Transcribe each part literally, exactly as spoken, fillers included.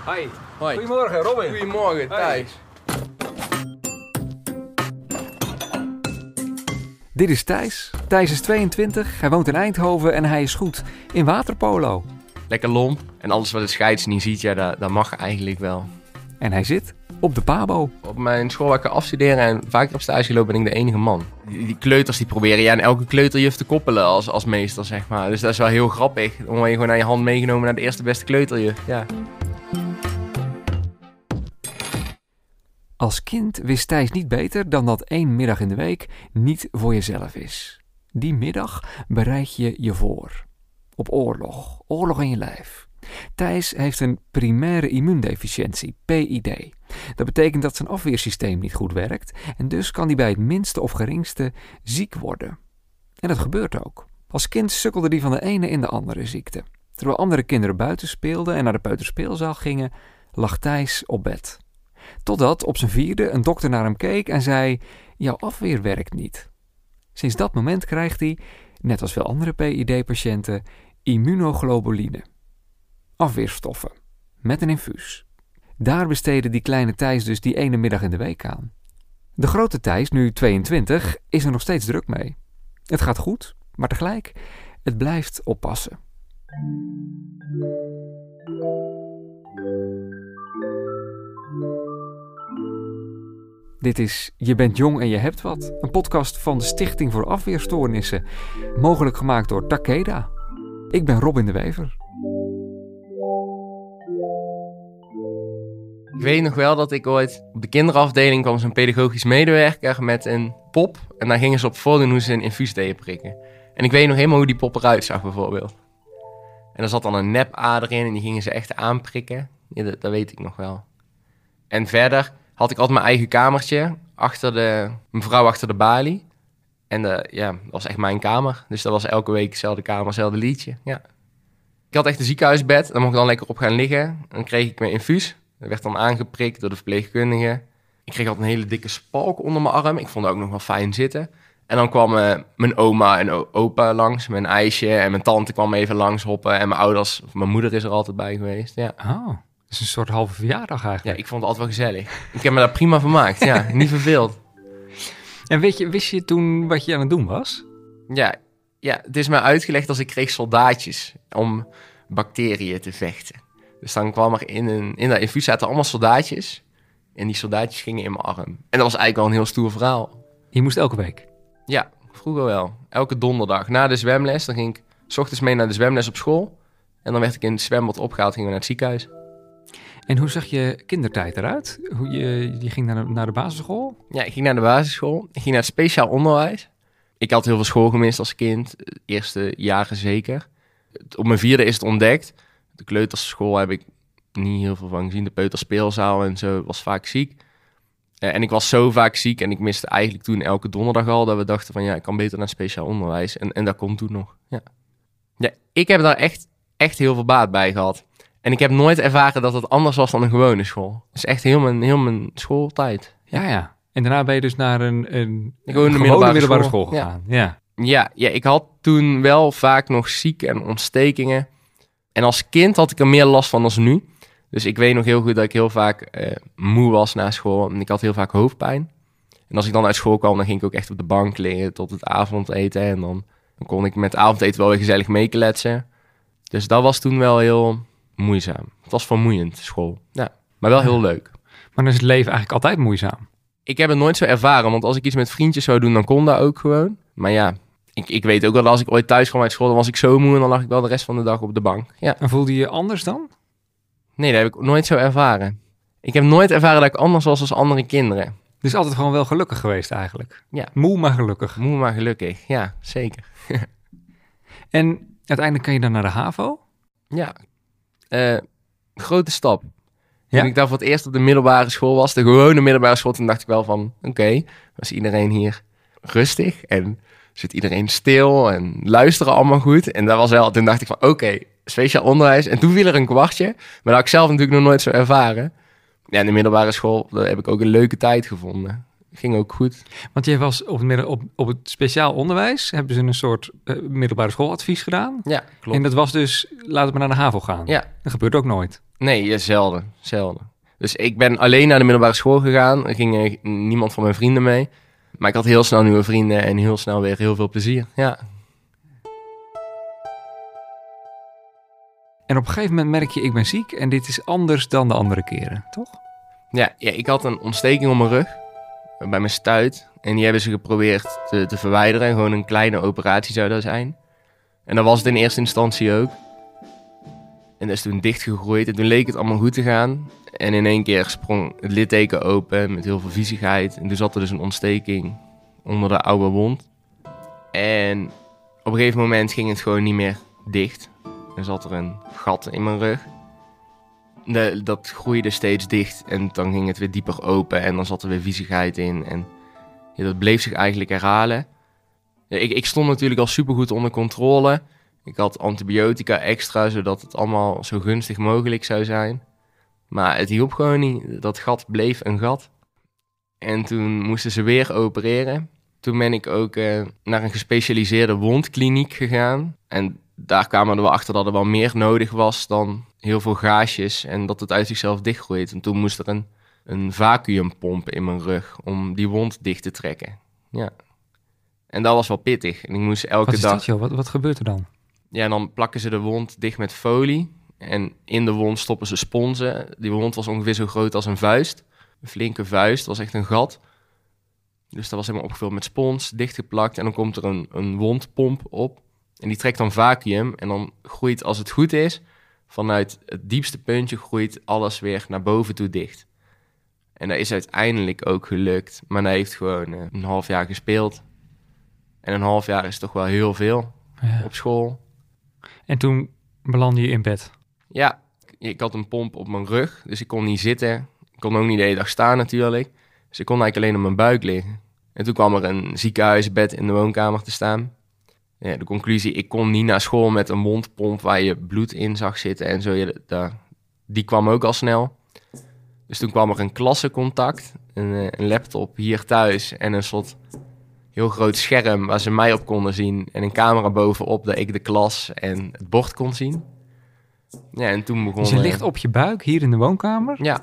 Hi. Hoi. Goedemorgen, Robin. Goedemorgen, Thijs. Dit is Thijs. Thijs is tweeëntwintig, hij woont in Eindhoven en hij is goed in waterpolo. Lekker lomp. En alles wat de scheids niet ziet, ja, dat, dat mag eigenlijk wel. En hij zit op de Pabo. Op mijn school waar ik kan afstuderen en vaker op stage gelopen ben ik de enige man. Die, die kleuters die proberen ja, en elke kleuterjuf te koppelen als, als meester, zeg maar. Dus dat is wel heel grappig. Dan word je gewoon naar je hand meegenomen naar de eerste beste kleuterjuf. Ja. Als kind wist Thijs niet beter dan dat één middag in de week niet voor jezelf is. Die middag bereid je je voor. Op oorlog. Oorlog in je lijf. Thijs heeft een primaire immuundeficiëntie, P I D. Dat betekent dat zijn afweersysteem niet goed werkt en dus kan hij bij het minste of geringste ziek worden. En dat gebeurt ook. Als kind sukkelde hij van de ene in de andere ziekte. Terwijl andere kinderen buiten speelden en naar de peuterspeelzaal gingen, lag Thijs op bed. Totdat op zijn vierde een dokter naar hem keek en zei: jouw afweer werkt niet. Sinds dat moment krijgt hij, net als veel andere P I D-patiënten, immunoglobuline. Afweerstoffen. Met een infuus. Daar besteedde die kleine Thijs dus die ene middag in de week aan. De grote Thijs, nu tweeëntwintig, is er nog steeds druk mee. Het gaat goed, maar tegelijk, het blijft oppassen. Dit is Je bent jong en je hebt wat. Een podcast van de Stichting voor Afweerstoornissen. Mogelijk gemaakt door Takeda. Ik ben Robin de Wever. Ik weet nog wel dat ik ooit op de kinderafdeling kwam zo'n pedagogisch medewerker met een pop. En daar gingen ze op voordoen hoe ze een infuus deden prikken. En ik weet nog helemaal hoe die pop eruit zag bijvoorbeeld. En er zat dan een nepader in en die gingen ze echt aanprikken. Ja, dat, dat weet ik nog wel. En verder had ik altijd mijn eigen kamertje, achter de, mevrouw achter de balie. En de, ja, dat was echt mijn kamer. Dus dat was elke week dezelfde kamer, hetzelfde liedje. Ja. Ik had echt een ziekenhuisbed, daar mocht ik dan lekker op gaan liggen. Dan kreeg ik mijn infuus. Dat werd dan aangeprikt door de verpleegkundige. Ik kreeg altijd een hele dikke spalk onder mijn arm. Ik vond het ook nog wel fijn zitten. En dan kwamen mijn oma en opa langs, mijn ijsje en mijn tante kwam even langs hoppen. En mijn ouders, of mijn moeder is er altijd bij geweest. Ja. Oh, dat is een soort halve verjaardag eigenlijk. Ja, ik vond het altijd wel gezellig. Ik heb me daar prima vermaakt, ja. Niet verveeld. En weet je, wist je toen wat je aan het doen was? Ja, ja, het is mij uitgelegd als ik kreeg soldaatjes om bacteriën te vechten. Dus dan kwam er in, een, in dat infuus zaten allemaal soldaatjes. En die soldaatjes gingen in mijn arm. En dat was eigenlijk wel een heel stoer verhaal. Je moest elke week? Ja, vroeger wel. Elke donderdag. Na de zwemles, dan ging ik 's ochtends mee naar de zwemles op school. En dan werd ik in het zwembad opgehaald, gingen we naar het ziekenhuis. En hoe zag je kindertijd eruit? Hoe je, je ging naar de, naar de basisschool? Ja, ik ging naar de basisschool. Ik ging naar het speciaal onderwijs. Ik had heel veel school gemist als kind. De eerste jaren zeker. Op mijn vierde is het ontdekt. De kleuterschool heb ik niet heel veel van gezien. De peuterspeelzaal en zo was vaak ziek. Uh, en ik was zo vaak ziek en ik miste eigenlijk toen elke donderdag al... dat we dachten van ja, ik kan beter naar speciaal onderwijs. En, en dat komt toen nog. Ja. Ja, ik heb daar echt, echt heel veel baat bij gehad. En ik heb nooit ervaren dat het anders was dan een gewone school. Dat is echt heel mijn, heel mijn schooltijd. Ja, ja. En daarna ben je dus naar een, een, ik een een middelbare, middelbare school, school gegaan. Ja. Ja. Ja, ja, ik had toen wel vaak nog ziek en ontstekingen. En als kind had ik er meer last van dan nu. Dus ik weet nog heel goed dat ik heel vaak uh, moe was na school. En ik had heel vaak hoofdpijn. En als ik dan uit school kwam, dan ging ik ook echt op de bank liggen tot het avondeten. En dan, dan kon ik met het avondeten wel weer gezellig meekletsen. Dus dat was toen wel heel moeizaam. Het was vermoeiend, school. Ja, maar wel heel leuk. Maar dan is het leven eigenlijk altijd moeizaam. Ik heb het nooit zo ervaren, want als ik iets met vriendjes zou doen, dan kon dat ook gewoon. Maar ja, ik, ik weet ook wel dat als ik ooit thuis kwam uit school, dan was ik zo moe en dan lag ik wel de rest van de dag op de bank. Ja. En voelde je je anders dan? Nee, dat heb ik nooit zo ervaren. Ik heb nooit ervaren dat ik anders was als andere kinderen. Dus altijd gewoon wel gelukkig geweest eigenlijk. Ja. Moe, maar gelukkig. Moe, maar gelukkig. Ja, zeker. En uiteindelijk kan je dan naar de HAVO? Ja. Uh, grote stap. Ja? Toen ik daar voor het eerst op de middelbare school was, de gewone middelbare school, toen dacht ik wel van, oké, okay, was iedereen hier rustig en zit iedereen stil en luisteren allemaal goed. En dat was wel, toen dacht ik van, oké, okay, speciaal onderwijs. En toen viel er een kwartje, maar dat had ik zelf natuurlijk nog nooit zo ervaren. Ja, in de middelbare school daar heb ik ook een leuke tijd gevonden. Ging ook goed. Want jij was op het, midden, op, op het speciaal onderwijs, hebben ze een soort uh, middelbare schooladvies gedaan. Ja, klopt. En dat was dus, laten we naar de HAVO gaan. Ja. Dat gebeurt ook nooit. Nee, ja, zelden. Zelden. Dus ik ben alleen naar de middelbare school gegaan. Er ging uh, niemand van mijn vrienden mee. Maar ik had heel snel nieuwe vrienden en heel snel weer heel veel plezier. Ja. En op een gegeven moment merk je, ik ben ziek en dit is anders dan de andere keren, toch? Ja, ja, ik had een ontsteking op mijn rug, bij mijn stuit. En die hebben ze geprobeerd te, te verwijderen. Gewoon een kleine operatie zou dat zijn. En dat was het in eerste instantie ook. En dat is toen dichtgegroeid en toen leek het allemaal goed te gaan. En in één keer sprong het litteken open met heel veel viezigheid. En toen zat er dus een ontsteking onder de oude wond. En op een gegeven moment ging het gewoon niet meer dicht. Er zat er een gat in mijn rug. De, dat groeide steeds dicht en dan ging het weer dieper open en dan zat er weer viezigheid in. En ja, dat bleef zich eigenlijk herhalen. Ja, ik, ik stond natuurlijk al supergoed onder controle. Ik had antibiotica extra, zodat het allemaal zo gunstig mogelijk zou zijn. Maar het hielp gewoon niet. Dat gat bleef een gat. En toen moesten ze weer opereren. Toen ben ik ook uh, naar een gespecialiseerde wondkliniek gegaan. En daar kwamen we wel achter dat er wel meer nodig was dan heel veel gaasjes. En dat het uit zichzelf dichtgroeit. En toen moest er een, een vacuümpomp in mijn rug om die wond dicht te trekken. Ja. En dat was wel pittig. En ik moest elke wat is dag... dat, joh? Wat, wat gebeurt er dan? Ja, en dan plakken ze de wond dicht met folie. En in de wond stoppen ze sponsen. Die wond was ongeveer zo groot als een vuist. Een flinke vuist, was echt een gat. Dus dat was helemaal opgevuld met spons, dichtgeplakt. En dan komt er een, een wondpomp op. En die trekt dan vacuüm. En dan groeit, als het goed is, vanuit het diepste puntje groeit alles weer naar boven toe dicht. En dat is uiteindelijk ook gelukt. Maar dat heeft gewoon uh, een half jaar gespeeld. En een half jaar is toch wel heel veel Ja. op school. En toen belandde je in bed. Ja, ik had een pomp op mijn rug, dus ik kon niet zitten. Ik kon ook niet de hele dag staan natuurlijk. Dus ik kon eigenlijk alleen op mijn buik liggen. En toen kwam er een ziekenhuisbed in de woonkamer te staan. Ja, de conclusie, ik kon niet naar school met een mondpomp waar je bloed in zag zitten en zo. Ja, dat, die kwam ook al snel. Dus toen kwam er een klassencontact, een, een laptop hier thuis en een soort heel groot scherm waar ze mij op konden zien. En een camera bovenop dat ik de klas en het bord kon zien. Ja, en toen begon... Dus je ligt op je buik hier in de woonkamer Ja,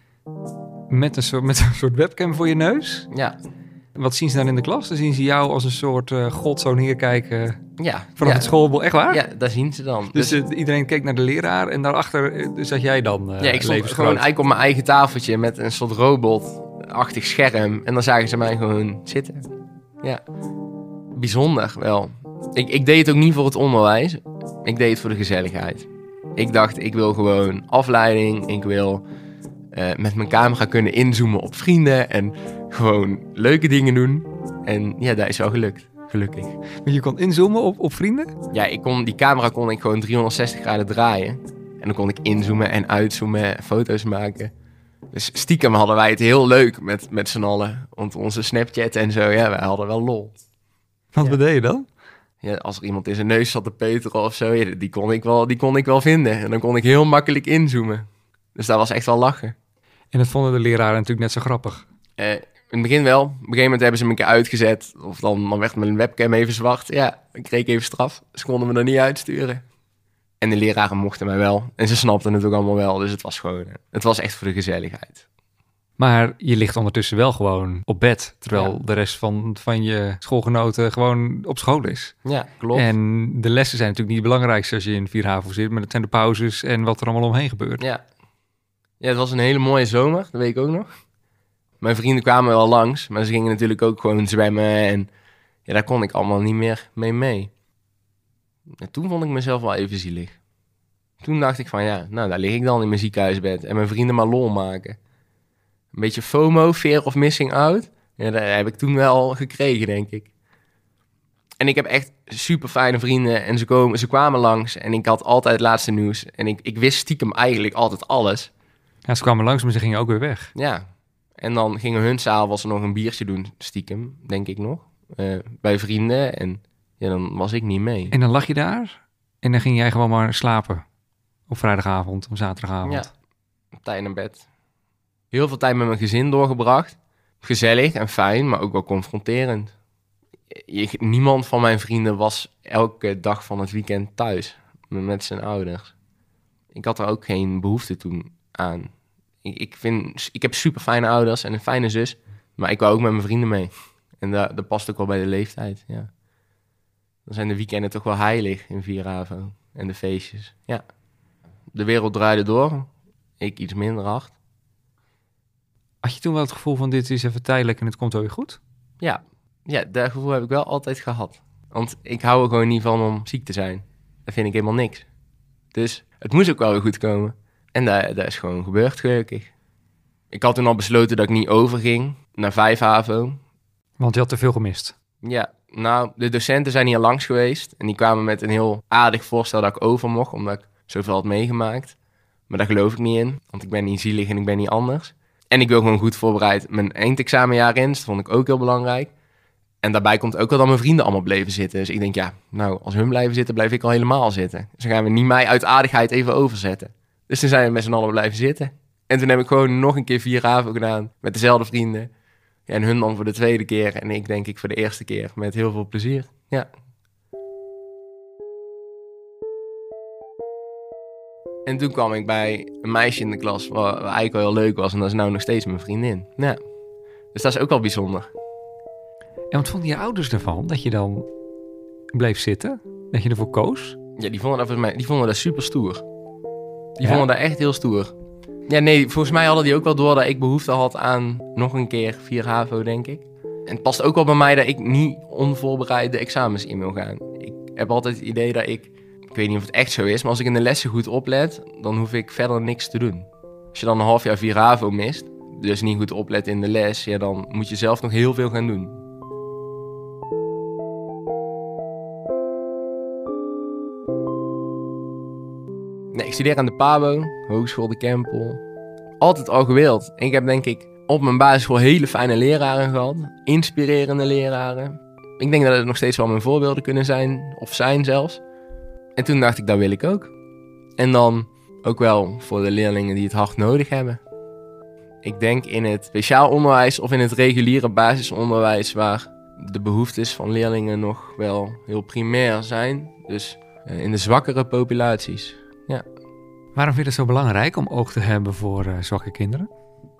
met een soort, met een soort webcam voor je neus. ja, Wat zien ze dan in de klas? Dan zien ze jou als een soort uh, god zo neerkijken ja. vanaf ja. het schoolbol. Echt waar? Ja, daar zien ze dan. Dus Dus, uh, iedereen keek naar de leraar en daarachter uh, zat jij dan uh, ja, ik stond levensgroot. gewoon eigenlijk op mijn eigen tafeltje met een soort robotachtig scherm. En dan zagen ze mij gewoon zitten. Ja, bijzonder wel. Ik, ik deed het ook niet voor het onderwijs. Ik deed het voor de gezelligheid. Ik dacht, ik wil gewoon afleiding. Ik wil uh, met mijn camera kunnen inzoomen op vrienden. En gewoon leuke dingen doen. En ja, dat is wel gelukt. Gelukkig. Want je kon inzoomen op, op vrienden? Ja, ik kon, die camera kon ik gewoon driehonderdzestig graden draaien. En dan kon ik inzoomen en uitzoomen, foto's maken. Dus stiekem hadden wij het heel leuk met, met z'n allen. Want onze Snapchat en zo, ja, wij hadden wel lol. Wat Ja. deed je dan? Ja, als er iemand in zijn neus zat te peuteren of zo, ja, die, kon ik wel, die kon ik wel vinden. En dan kon ik heel makkelijk inzoomen. Dus dat was echt wel lachen. En dat vonden de leraren natuurlijk net zo grappig. Uh, in het begin wel. Op een gegeven moment hebben ze me een keer uitgezet. Of dan, dan werd mijn webcam even zwart. Ja, ik kreeg even straf. Ze konden me er niet uitsturen. En de leraren mochten mij wel. En ze snapten het ook allemaal wel. Dus het was gewoon... Het was echt voor de gezelligheid. Maar je ligt ondertussen wel gewoon op bed, terwijl Ja. de rest van, van je schoolgenoten gewoon op school is. Ja, klopt. En de lessen zijn natuurlijk niet het belangrijkste als je in vier HAVO zit, maar dat zijn de pauzes en wat er allemaal omheen gebeurt. Ja. Ja, het was een hele mooie zomer. Dat weet ik ook nog. Mijn vrienden kwamen wel langs. Maar ze gingen natuurlijk ook gewoon zwemmen. En ja, daar kon ik allemaal niet meer mee mee. En toen vond ik mezelf wel even zielig. Toen dacht ik van ja, nou daar lig ik dan in mijn ziekenhuisbed. En mijn vrienden maar lol maken. Een beetje FOMO, fear of missing out. Ja, dat heb ik toen wel gekregen, denk ik. En ik heb echt super fijne vrienden. En ze, komen, ze kwamen langs. En ik had altijd het laatste nieuws. En ik, ik wist stiekem eigenlijk altijd alles. Ja, ze kwamen langs, maar ze gingen ook weer weg. Ja. En dan gingen hun s'avonds nog een biertje doen, stiekem, denk ik nog. Uh, bij vrienden. En ja, dan was ik niet mee. En dan lag je daar en dan ging jij gewoon maar slapen. Op vrijdagavond, op zaterdagavond. Ja, tijd naar bed. Heel veel tijd met mijn gezin doorgebracht. Gezellig en fijn, maar ook wel confronterend. Je, niemand van mijn vrienden was elke dag van het weekend thuis. Met zijn ouders. Ik had er ook geen behoefte toen aan. Ik, ik, vind, ik heb super fijne ouders en een fijne zus. Maar ik wou ook met mijn vrienden mee. En dat, dat past ook wel bij de leeftijd, ja. Dan zijn de weekenden toch wel heilig in vier HAVO. En de feestjes, ja. De wereld draaide door. Ik iets minder hard. Had je toen wel het gevoel van dit is even tijdelijk en het komt wel weer goed? Ja, ja, dat gevoel heb ik wel altijd gehad. Want ik hou er gewoon niet van om ziek te zijn. Dat vind ik helemaal niks. Dus het moest ook wel weer goed komen. En dat, dat is gewoon gebeurd, gelukkig. Ik had toen al besloten dat ik niet overging naar vijf HAVO. Want je had te veel gemist. Ja, nou, de docenten zijn hier langs geweest. En die kwamen met een heel aardig voorstel dat ik over mocht, omdat ik zoveel had meegemaakt. Maar daar geloof ik niet in, want ik ben niet zielig en ik ben niet anders. En ik wil gewoon goed voorbereid mijn eindexamenjaar in. Dus dat vond ik ook heel belangrijk. En daarbij komt ook wel dat mijn vrienden allemaal bleven zitten. Dus ik denk, ja, nou, als hun blijven zitten, blijf ik al helemaal zitten. Dus dan gaan we niet mij uit aardigheid even overzetten. Dus toen zijn we met z'n allen blijven zitten. En toen heb ik gewoon nog een keer vier HAVO gedaan met dezelfde vrienden. Ja, en hun dan voor de tweede keer en ik denk ik voor de eerste keer met heel veel plezier. Ja. En toen kwam ik bij een meisje in de klas wat, wat eigenlijk wel heel leuk was. En dat is nou nog steeds mijn vriendin. Ja. Dus dat is ook wel bijzonder. En wat vonden je ouders ervan dat je dan bleef zitten? Dat je ervoor koos? Ja, die vonden dat, volgens mij, die vonden dat super stoer. Die Ja? vonden dat echt heel stoer. Ja, nee, volgens mij hadden die ook wel door dat ik behoefte had aan nog een keer vier HAVO, denk ik. En het past ook wel bij mij dat ik niet onvoorbereid de examens in wil gaan. Ik heb altijd het idee dat ik, ik weet niet of het echt zo is, maar als ik in de lessen goed oplet, dan hoef ik verder niks te doen. Als je dan een half jaar vier HAVO mist, dus niet goed oplet in de les, ja, dan moet je zelf nog heel veel gaan doen. Nee, ik studeer aan de PABO, Hogeschool de Kempel. Altijd al gewild. Ik heb denk ik op mijn basisschool hele fijne leraren gehad. Inspirerende leraren. Ik denk dat het nog steeds wel mijn voorbeelden kunnen zijn. Of zijn zelfs. En toen dacht ik, dat wil ik ook. En dan ook wel voor de leerlingen die het hard nodig hebben. Ik denk in het speciaal onderwijs of in het reguliere basisonderwijs, waar de behoeftes van leerlingen nog wel heel primair zijn. Dus uh, in de zwakkere populaties. Ja. Waarom vind je het zo belangrijk om oog te hebben voor uh, zwakke kinderen?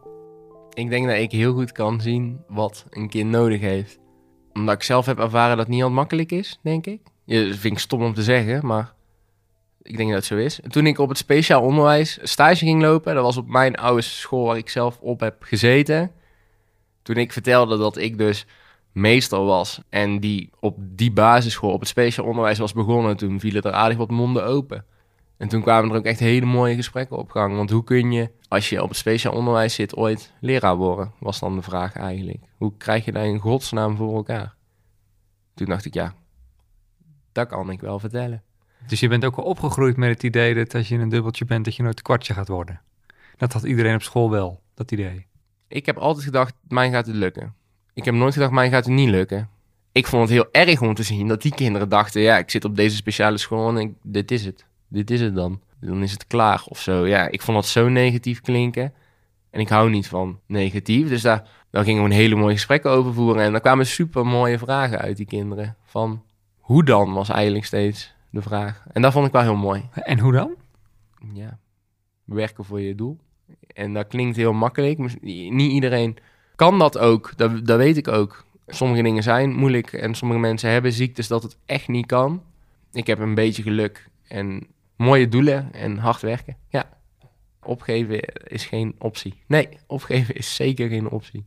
Ik denk dat ik heel goed kan zien wat een kind nodig heeft. Omdat ik zelf heb ervaren dat het niet altijd makkelijk is, denk ik. Ja, dat vind ik stom om te zeggen, maar ik denk dat het zo is. Toen ik op het speciaal onderwijs stage ging lopen, dat was op mijn oude school waar ik zelf op heb gezeten. Toen ik vertelde dat ik dus meester was en die op die basisschool op het speciaal onderwijs was begonnen, toen vielen er aardig wat monden open. En toen kwamen er ook echt hele mooie gesprekken op gang. Want hoe kun je, als je op het speciaal onderwijs zit, ooit leraar worden? Was dan de vraag eigenlijk. Hoe krijg je dat in godsnaam voor elkaar? Toen dacht ik, ja, dat kan ik wel vertellen. Dus je bent ook wel opgegroeid met het idee dat als je een dubbeltje bent, dat je nooit een kwartje gaat worden. Dat had iedereen op school wel, dat idee. Ik heb altijd gedacht, mij gaat het lukken. Ik heb nooit gedacht, mij gaat het niet lukken. Ik vond het heel erg om te zien dat die kinderen dachten, ja, ik zit op deze speciale school en ik, dit is het. Dit is het dan. Dan is het klaar of zo. Ja, ik vond dat zo negatief klinken. En ik hou niet van negatief. Dus daar, daar gingen we een hele mooie gesprekken over voeren. En daar kwamen super mooie vragen uit die kinderen. Van hoe dan was eigenlijk steeds de vraag. En dat vond ik wel heel mooi. En hoe dan? Ja, werken voor je doel. En dat klinkt heel makkelijk. Niet iedereen kan dat ook. Dat, dat weet ik ook. Sommige dingen zijn moeilijk. En sommige mensen hebben ziektes dat het echt niet kan. Ik heb een beetje geluk. En mooie doelen en hard werken. Ja, opgeven is geen optie. Nee, opgeven is zeker geen optie.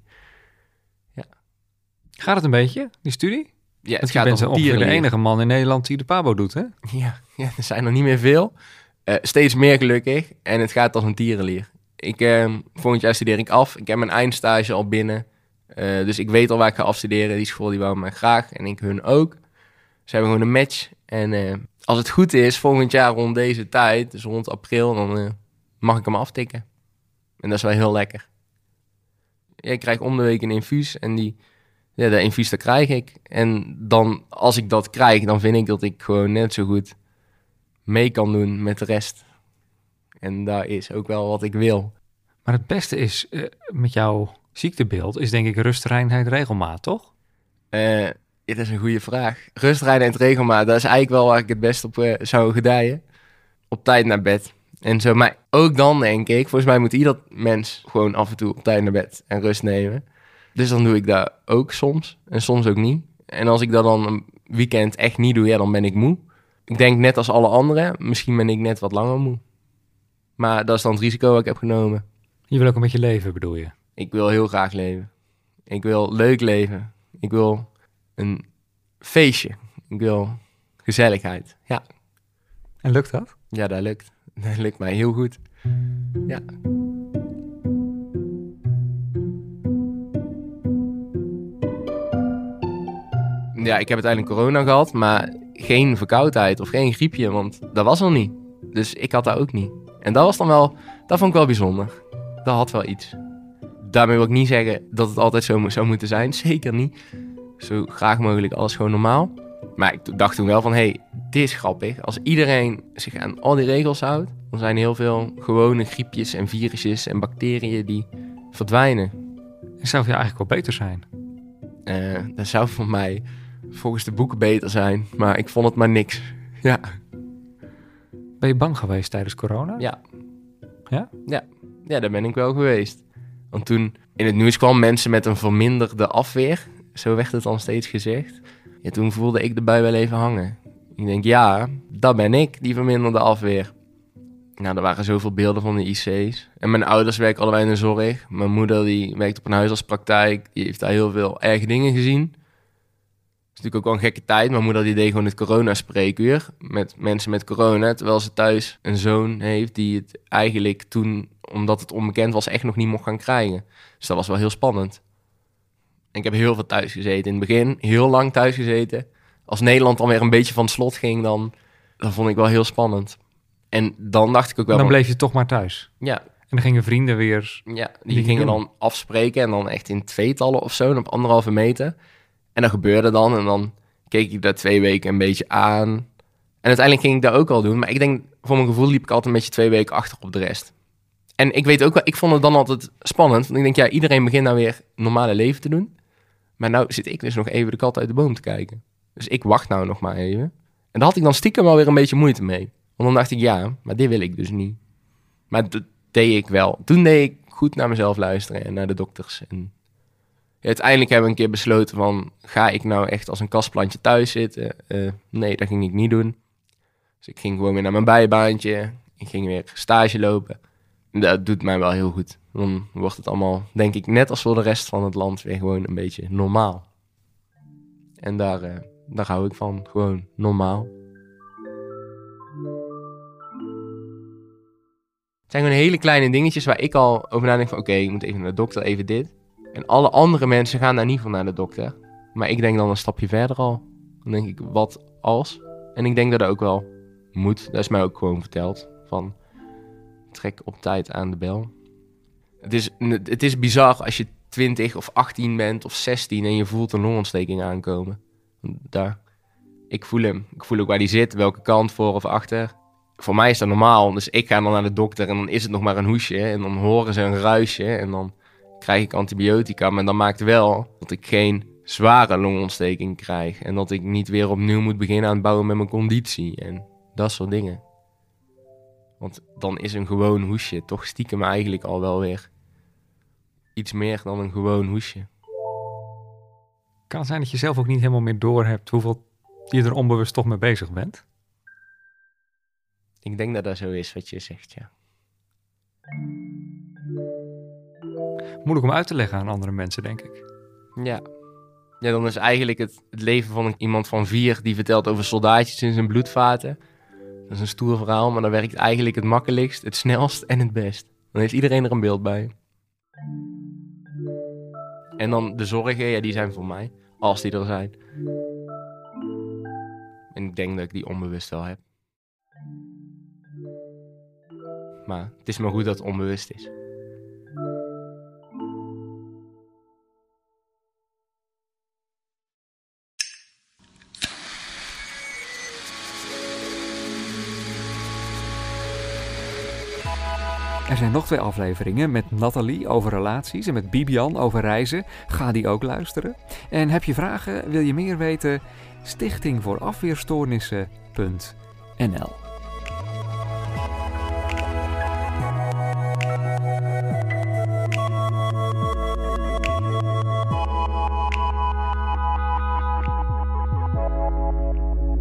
Ja. Gaat het een beetje, die studie? Ja, het Want je gaat bent als een ongeveer de tierenlier. enige man in Nederland die de Pabo doet, hè? Ja, ja, er zijn er niet meer veel. Uh, steeds meer gelukkig. En het gaat als een tierenlier. Ik, uh, volgend jaar studeer ik af. Ik heb mijn eindstage al binnen. Uh, dus ik weet al waar ik ga afstuderen. Die school die wou mij graag. En ik hun ook. Ze hebben gewoon een match. En uh, als het goed is, volgend jaar rond deze tijd, dus rond april, dan uh, mag ik hem aftikken. En dat is wel heel lekker. Ja, ik krijg om de week een infuus. En die, ja, dat infuus dat krijg ik. En dan, als ik dat krijg, dan vind ik dat ik gewoon net zo goed mee kan doen met de rest. En dat is ook wel wat ik wil. Maar het beste is, uh, met jouw ziektebeeld, is denk ik rust, reinheid, regelmaat, toch? Uh, dit is een goede vraag. Rust, reinheid en regelmaat, dat is eigenlijk wel waar ik het best op uh, zou gedijen. Op tijd naar bed. En zo, maar ook dan denk ik, volgens mij moet ieder mens gewoon af en toe op tijd naar bed en rust nemen. Dus dan doe ik dat ook soms en soms ook niet. En als ik dat dan een weekend echt niet doe, ja, dan ben ik moe. Ik denk net als alle anderen, misschien ben ik net wat langer moe. Maar dat is dan het risico dat ik heb genomen. Je wil ook een beetje leven, bedoel je? Ik wil heel graag leven. Ik wil leuk leven. Ik wil een feestje. Ik wil gezelligheid. Ja. En lukt dat? Ja, dat lukt. Dat lukt mij heel goed. Ja. Ja, ik heb uiteindelijk corona gehad, maar geen verkoudheid of geen griepje, want dat was er niet. Dus ik had dat ook niet. En dat was dan wel, dat vond ik wel bijzonder. Dat had wel iets. Daarmee wil ik niet zeggen dat het altijd zo zou moeten zijn. Zeker niet. Zo graag mogelijk alles gewoon normaal. Maar ik dacht toen wel van, hé, hey, dit is grappig. Als iedereen zich aan al die regels houdt, dan zijn heel veel gewone griepjes en virusjes en bacteriën die verdwijnen. En zou je eigenlijk wel beter zijn? Uh, dat zou voor mij volgens de boeken beter zijn. Maar ik vond het maar niks. Ja. Ben je bang geweest tijdens corona? Ja. Ja? Ja, ja, daar ben ik wel geweest. Want toen in het nieuws kwam mensen met een verminderde afweer. Zo werd het dan steeds gezegd. Ja, toen voelde ik de bui wel even hangen. Ik denk, ja, dat ben ik, die verminderde afweer. Nou, er waren zoveel beelden van de I C's. En mijn ouders werken allebei in de zorg. Mijn moeder die werkt op een huisartspraktijk. Die heeft daar heel veel erge dingen gezien. Het is natuurlijk ook wel een gekke tijd. Mijn moeder die deed gewoon het coronaspreekuur met mensen met corona. Terwijl ze thuis een zoon heeft die het eigenlijk toen, omdat het onbekend was, echt nog niet mocht gaan krijgen. Dus dat was wel heel spannend. En ik heb heel veel thuis gezeten. In het begin heel lang thuis gezeten. Als Nederland dan weer een beetje van het slot ging, dan, dan vond ik wel heel spannend. En dan dacht ik ook wel... Dan van, bleef je toch maar thuis? Ja. En dan gingen vrienden weer... Ja, die gingen doen. Dan afspreken en dan echt in tweetallen of zo, op anderhalve meter. En dat gebeurde dan en dan keek ik dat twee weken een beetje aan. En uiteindelijk ging ik dat ook al doen. Maar ik denk, voor mijn gevoel liep ik altijd een beetje twee weken achter op de rest. En ik weet ook wel, ik vond het dan altijd spannend. Want ik denk, ja, iedereen begint nou weer normale leven te doen. Maar nou zit ik dus nog even de kat uit de boom te kijken. Dus ik wacht nou nog maar even. En daar had ik dan stiekem wel weer een beetje moeite mee. Want dan dacht ik, ja, maar dit wil ik dus niet. Maar dat deed ik wel. Toen deed ik goed naar mezelf luisteren en naar de dokters. En ja, uiteindelijk hebben we een keer besloten van, ga ik nou echt als een kastplantje thuis zitten? Uh, nee, dat ging ik niet doen. Dus ik ging gewoon weer naar mijn bijbaantje. Ik ging weer stage lopen. En dat doet mij wel heel goed. Dan wordt het allemaal, denk ik, net als voor de rest van het land weer gewoon een beetje normaal. En daar, uh, daar hou ik van, gewoon normaal. Het zijn gewoon hele kleine dingetjes waar ik al over nadenk van, oké, okay, ik moet even naar de dokter, even dit. En alle andere mensen gaan daar niet van naar de dokter. Maar ik denk dan een stapje verder al. Dan denk ik, wat als? En ik denk dat dat ook wel moet. Dat is mij ook gewoon verteld. Van, trek op tijd aan de bel. Het is, het is bizar als je twintig of achttien bent of zestien en je voelt een longontsteking aankomen. Daar. Ik voel hem. Ik voel ook waar die zit, welke kant, voor of achter. Voor mij is dat normaal. Dus ik ga dan naar de dokter en dan is het nog maar een hoesje. En dan horen ze een ruisje en dan krijg ik antibiotica. Maar dat maakt wel dat ik geen zware longontsteking krijg. En dat ik niet weer opnieuw moet beginnen aan het bouwen met mijn conditie. En dat soort dingen. Want dan is een gewoon hoesje toch stiekem eigenlijk al wel weer iets meer dan een gewoon hoesje. Kan het zijn dat je zelf ook niet helemaal meer doorhebt hoeveel je er onbewust toch mee bezig bent? Ik denk dat dat zo is wat je zegt, ja. Moeilijk om uit te leggen aan andere mensen, denk ik. Ja. Ja, dan is eigenlijk het, het leven van iemand van vier die vertelt over soldaatjes in zijn bloedvaten. Dat is een stoer verhaal, maar dan werkt eigenlijk het makkelijkst, het snelst en het best. Dan heeft iedereen er een beeld bij. En dan de zorgen, ja, die zijn voor mij. Als die er zijn. En ik denk dat ik die onbewust wel heb. Maar het is maar goed dat het onbewust is. Er zijn nog twee afleveringen met Nathalie over relaties en met Bibian over reizen. Ga die ook luisteren. En heb je vragen, wil je meer weten? stichting voor afweerstoornissen punt n l Doei!